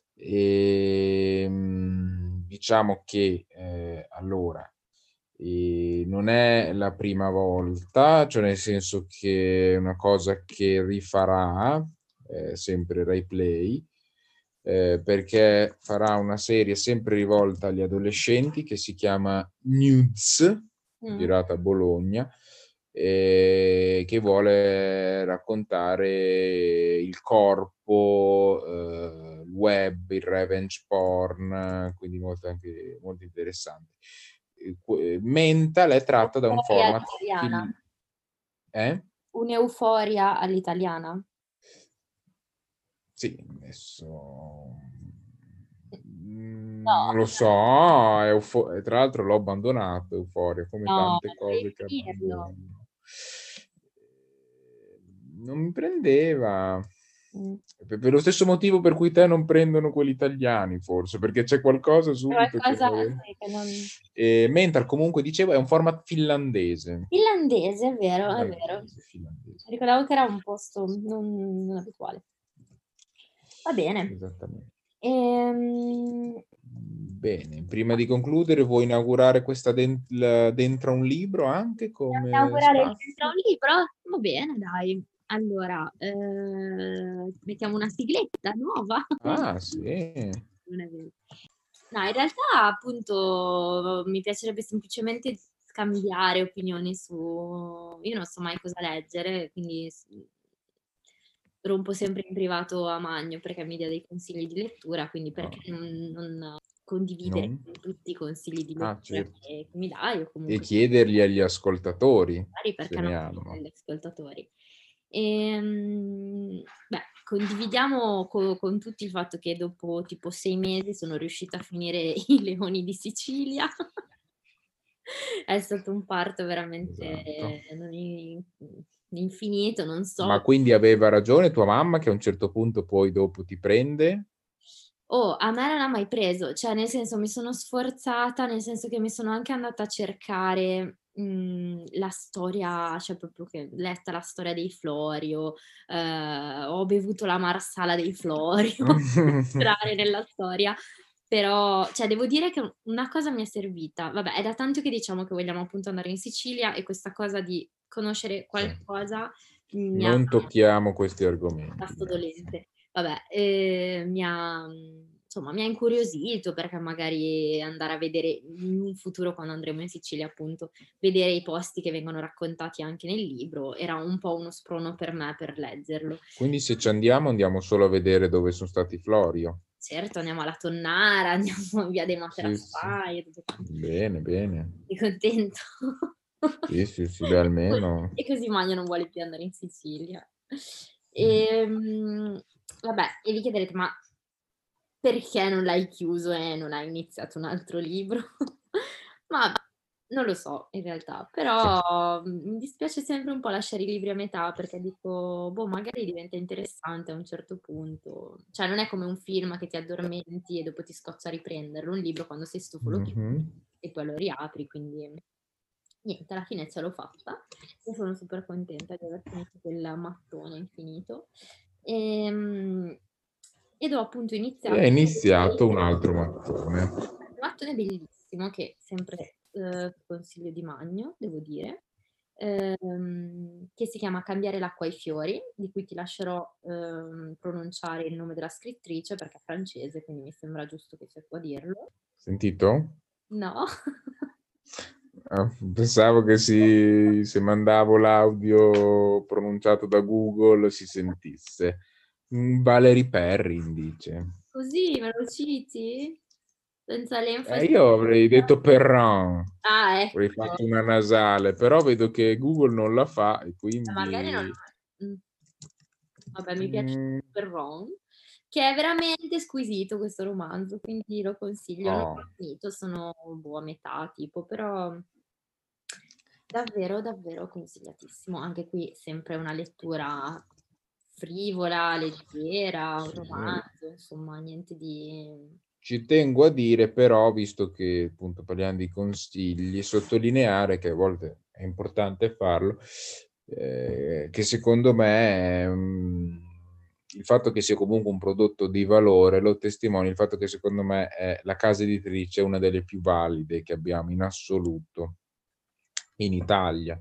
E, mh, diciamo che eh, allora eh, non è la prima volta, cioè nel senso che è una cosa che rifarà eh, sempre Rai Play, eh, perché farà una serie sempre rivolta agli adolescenti che si chiama Nudes, Mm. girata a Bologna, eh, che vuole raccontare il corpo, eh, il web, il revenge porn, quindi molto, anche, molto interessante. Eh, que- eh, Mental è tratta da un Euforia format all'italiana. fil- eh? Un'euforia all'italiana. Sì, adesso mm, No, non lo so, è eufo- tra l'altro l'ho abbandonato Euforia, come no, tante devi cose che finirlo. abbandono. Non mi prendeva. Mm. Per per lo stesso motivo per cui te non prendono quelli italiani, forse, perché c'è qualcosa subito che Qualcosa non... sì, che non... E Mental, comunque, dicevo, è un format finlandese. Finlandese, è vero, è vero. Finlandese, finlandese. Ricordavo che era un posto non, non abituale. Va bene. Esattamente. Ehm, Bene, prima di concludere, vuoi inaugurare questa den- la- dentro a un libro anche Dobbiamo come inaugurare il dentro spazio? un libro? Va bene, dai. Allora, eh, mettiamo una sigletta nuova. Ah, sì. Non è vero. No, in realtà appunto mi piacerebbe semplicemente scambiare opinioni su... Io non so mai cosa leggere, quindi s- rompo sempre in privato a Magno perché mi dia dei consigli di lettura, quindi perché No, non, non condividere non? con tutti i consigli di Ah, lettura certo. che, che mi dai o E comunque chiederli agli ascoltatori, magari se perché ne non hanno. agli ascoltatori. Ehm, beh, condividiamo co- con tutti il fatto che dopo tipo sei mesi sono riuscita a finire I Leoni di Sicilia. È stato un parto veramente Esatto. non in- infinito, non Ma so. quindi aveva ragione tua mamma che a un certo punto poi dopo ti prende? Oh, a me non ha mai preso, cioè nel senso mi sono sforzata, nel senso che mi sono anche andata a cercare mh, la storia, cioè proprio che letta la storia dei Florio, eh, ho bevuto la marsala dei Florio per entrare nella storia, però cioè devo dire che una cosa mi è servita, vabbè è da tanto che diciamo che vogliamo appunto andare in Sicilia e questa cosa di conoscere Sì. qualcosa mi ha Non tocchiamo questi argomenti, tasto grazie. dolente. Vabbè, eh, mi ha, insomma, mi ha incuriosito perché magari andare a vedere in un futuro quando andremo in Sicilia, appunto, vedere i posti che vengono raccontati anche nel libro era un po' uno sprono per me per leggerlo. Quindi se ci andiamo, andiamo solo a vedere dove sono stati Florio. certo, andiamo alla Tonnara, andiamo via dei Sì, sì. Materassai e tutto quanto. Bene, bene. Sei contento? Sì, sì, sì, beh, almeno. E così Magno non vuole più andare in Sicilia. Ehm, vabbè, e vi chiederete: "Ma perché non l'hai chiuso e non hai iniziato un altro libro?" Ma non lo so in realtà, Sì. però, mhmm, mi dispiace sempre un po' lasciare i libri a metà perché dico: "Boh, magari diventa interessante a un certo punto." Cioè non è come un film che ti addormenti e dopo ti scoccia a riprenderlo. Un libro quando sei stufo lo chiudi Mhm. e poi lo riapri, quindi niente, alla fine ce l'ho fatta e sono super contenta di aver finito quel mattone infinito. Ehm, ed ho appunto E iniziato hai iniziato un altro mattone. un mattone bellissimo che sempre, uhm, consiglio di Magno, devo dire, ehm, che si chiama Cambiare l'acqua ai fiori, di cui ti lascerò, uhm, pronunciare il nome della scrittrice perché è francese, quindi mi sembra giusto che sia tu a dirlo. Sentito? No? Ah, pensavo che si, se mandavo l'audio pronunciato da Google si sentisse. Mm, Valerie Perrin dice. Così me lo citi? Senza Eh, l'enfasi. io avrei detto Perrin, Ah, avrei ecco. fatto una nasale, però vedo che Google non la fa e Eh, magari non quindi... mh. Vabbè, mi piace Mm, Perron, che è veramente squisito questo romanzo, quindi lo consiglio. Non oh. l'ho finito, sono boh, a metà tipo, però davvero, davvero consigliatissimo. Anche qui sempre una lettura frivola, leggera, un Sì. romanzo, insomma, niente di... Ci tengo a dire però, visto che appunto parliamo di consigli, sottolineare che a volte è importante farlo, eh, che secondo me mm, il fatto che sia comunque un prodotto di valore lo testimonia il fatto che secondo me è la casa editrice è una delle più valide che abbiamo in assoluto in Italia,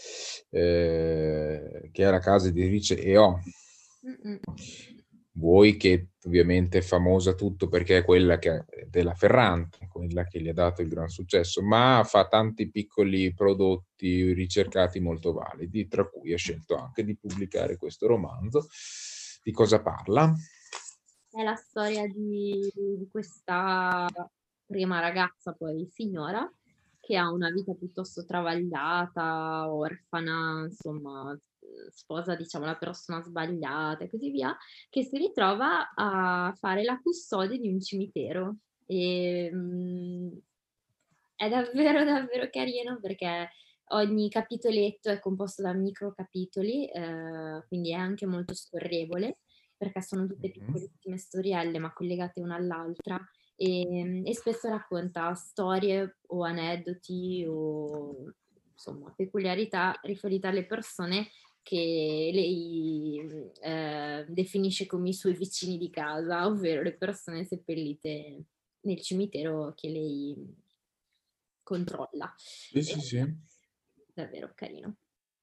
eh, che è la casa editrice E O. Mm-mm. Vuoi che ovviamente è famosa tutto perché è quella che, della Ferrante, quella che gli ha dato il gran successo, ma fa tanti piccoli prodotti ricercati molto validi, tra cui ha scelto anche di pubblicare questo romanzo. Di cosa parla? È la storia di, di questa prima ragazza, poi signora, che ha una vita piuttosto travagliata, orfana, insomma, eh, sposa, diciamo, la persona sbagliata e così via, che si ritrova a fare la custode di un cimitero. E, mm, è davvero, davvero carino perché ogni capitoletto è composto da micro capitoli, eh, quindi è anche molto scorrevole perché sono tutte Mhm. piccolissime storielle ma collegate una all'altra e, e spesso racconta storie o aneddoti o insomma peculiarità riferite alle persone che lei eh, definisce come i suoi vicini di casa, ovvero le persone seppellite nel cimitero che lei controlla. Sì, E, sì, sì. davvero carino.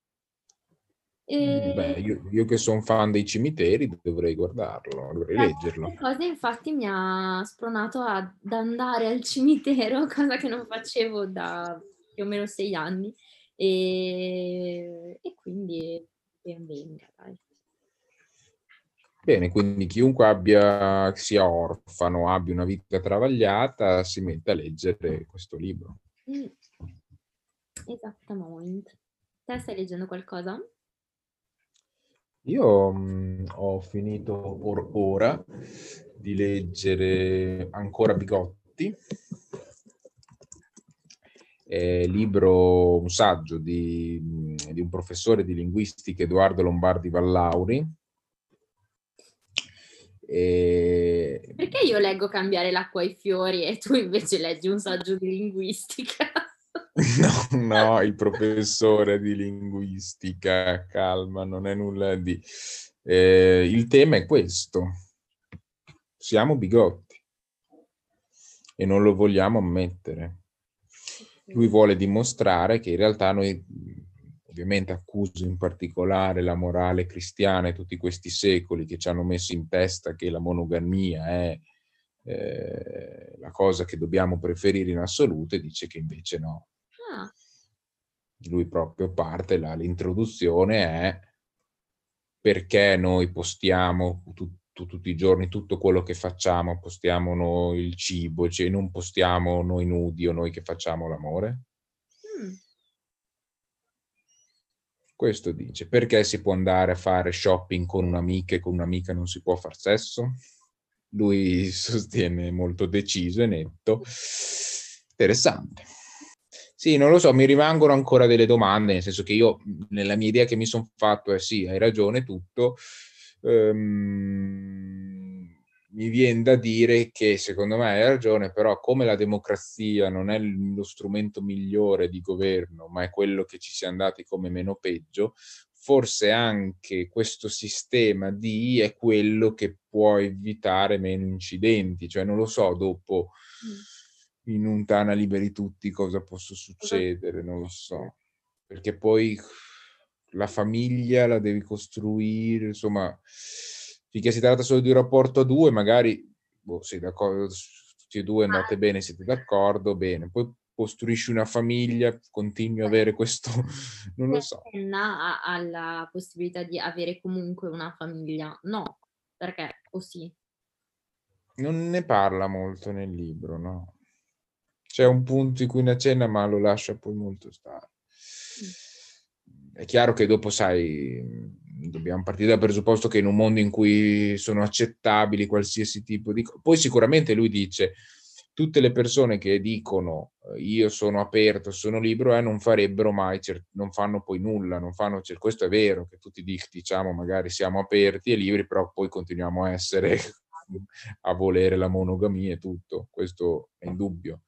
Mm, E Beh, io, io che sono fan dei cimiteri dovrei guardarlo, dovrei tra leggerlo. queste cose infatti mi ha spronato ad andare al cimitero, cosa che non facevo da più o meno sei anni. E, e quindi ben venga, dai. Bene, quindi chiunque abbia, sia orfano, abbia una vita travagliata, si mette a leggere questo libro. Mm, esattamente. Te stai leggendo qualcosa? Io mh, ho finito or- ora di leggere ancora Bigotti, eh, libro, un saggio di, mh, di un professore di linguistica, Edoardo Lombardi Vallauri. E... Perché io leggo Cambiare l'acqua ai fiori e tu invece leggi un saggio di linguistica? No, no, il professore di linguistica, calma, non è nulla di... Eh, il tema è questo, siamo bigotti e non lo vogliamo ammettere. Lui vuole dimostrare che in realtà noi, ovviamente accuso in particolare la morale cristiana e tutti questi secoli che ci hanno messo in testa che la monogamia è eh, la cosa che dobbiamo preferire in assoluto e dice che invece no. Ah, Lui proprio parte, l'introduzione è perché noi postiamo tut- tutto, tutti i giorni, tutto quello che facciamo, postiamo noi il cibo, cioè non postiamo noi nudi o noi che facciamo l'amore? Mm. Questo dice, perché si può andare a fare shopping con un'amica e con un'amica non si può far sesso? Lui sostiene molto deciso e netto. Interessante. Sì, non lo so, mi rimangono ancora delle domande, nel senso che io, nella mia idea che mi sono fatto è sì, hai ragione, tutto. Um, mi viene da dire che secondo me hai ragione, però come la democrazia non è lo strumento migliore di governo, ma è quello che ci siamo dati come meno peggio, forse anche questo sistema di è quello che può evitare meno incidenti, cioè non lo so, dopo in un Tana liberi tutti cosa possa succedere, non lo so, perché poi la famiglia la devi costruire, insomma, finché si tratta solo di un rapporto a due, magari, boh, sei d'accordo, tutti e due andate bene, siete d'accordo, bene, poi costruisci una famiglia, continui a avere questo, non lo so. Ha, ha la possibilità di avere comunque una famiglia? No, perché così. Non ne parla molto nel libro, no? C'è un punto in cui ne accenna, ma lo lascia poi molto stare. È chiaro che dopo, sai, dobbiamo partire dal presupposto che in un mondo in cui sono accettabili qualsiasi tipo di... Poi sicuramente lui dice, tutte le persone che dicono io sono aperto, sono libero, eh, non farebbero mai, non fanno poi nulla, non fanno... Questo è vero, che tutti diciamo magari siamo aperti e liberi, però poi continuiamo a essere... a volere la monogamia e tutto, questo è indubbio.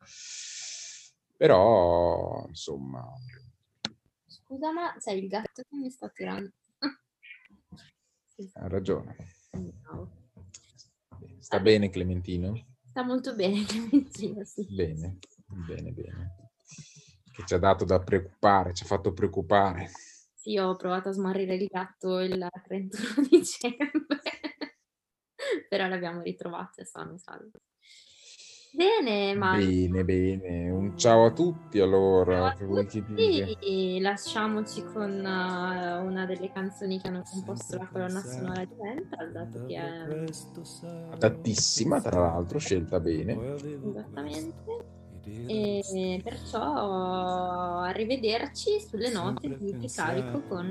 Però, insomma... Scusa, ma sei il gatto che mi sta tirando? Ha ragione. No. Sta bene Clementino? Sta molto bene Clementino, sì. Bene, bene, bene. Che ci ha dato da preoccupare, ci ha fatto preoccupare. Sì, ho provato a smarrire il gatto il trentuno dicembre. Però l'abbiamo ritrovato e sono salve. Bene, ma... Bene, bene. Un ciao a tutti allora. Ciao a tutti. E lasciamoci con uh, una delle canzoni che hanno composto la colonna sonora di Mental, dato che è adattissima, tra l'altro, scelta bene. Esattamente. E perciò arrivederci sulle note di Tricarico con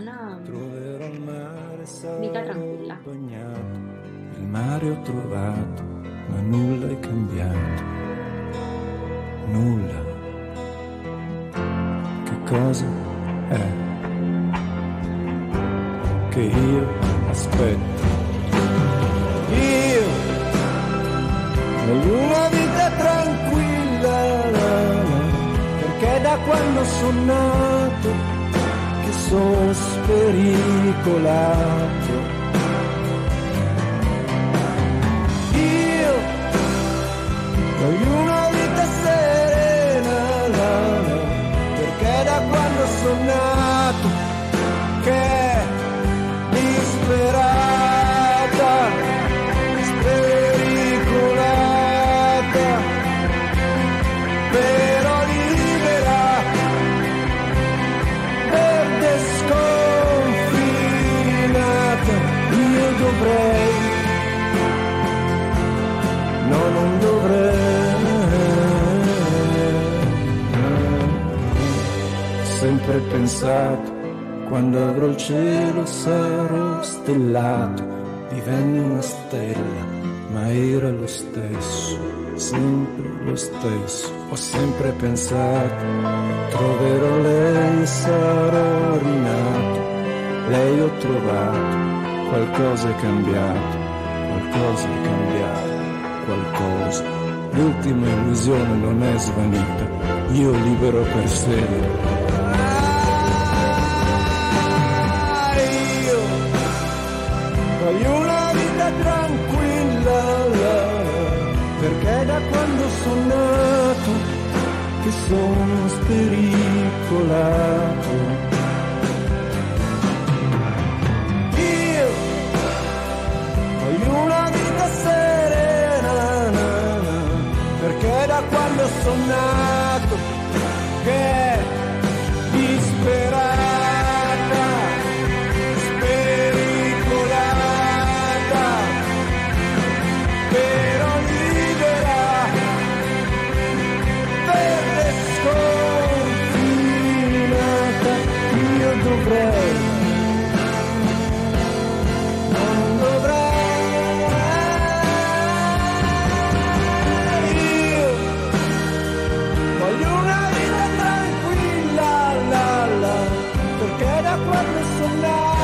uh, Vita Tranquilla. Il mare ho trovato, ma nulla è cambiato. Nulla. Che cosa è che io aspetto? Io voglio una vita tranquilla, perché da quando sono nato che sono spericolato. Voglio una vita serena, la, la, perché da quando sono nato che è disperata, spericolata, però libera, verde sconfinata. Io dovrei, no, non dovrei. Sempre pensato, quando avrò il cielo sarò stellato, divenne una stella, ma era lo stesso, sempre lo stesso. Ho sempre pensato, troverò lei e sarò rinato, lei ho trovato, qualcosa è cambiato, qualcosa è cambiato, qualcosa. L'ultima illusione non è svanita, io libero per sempre. Voglio una vita tranquilla, perché da quando sono nato che sono spericolato. Io voglio una vita serena, perché da quando sono nato che è disperata. dovrei, non dovrei. Io voglio una vita tranquilla, la, la, perché da quando sono nato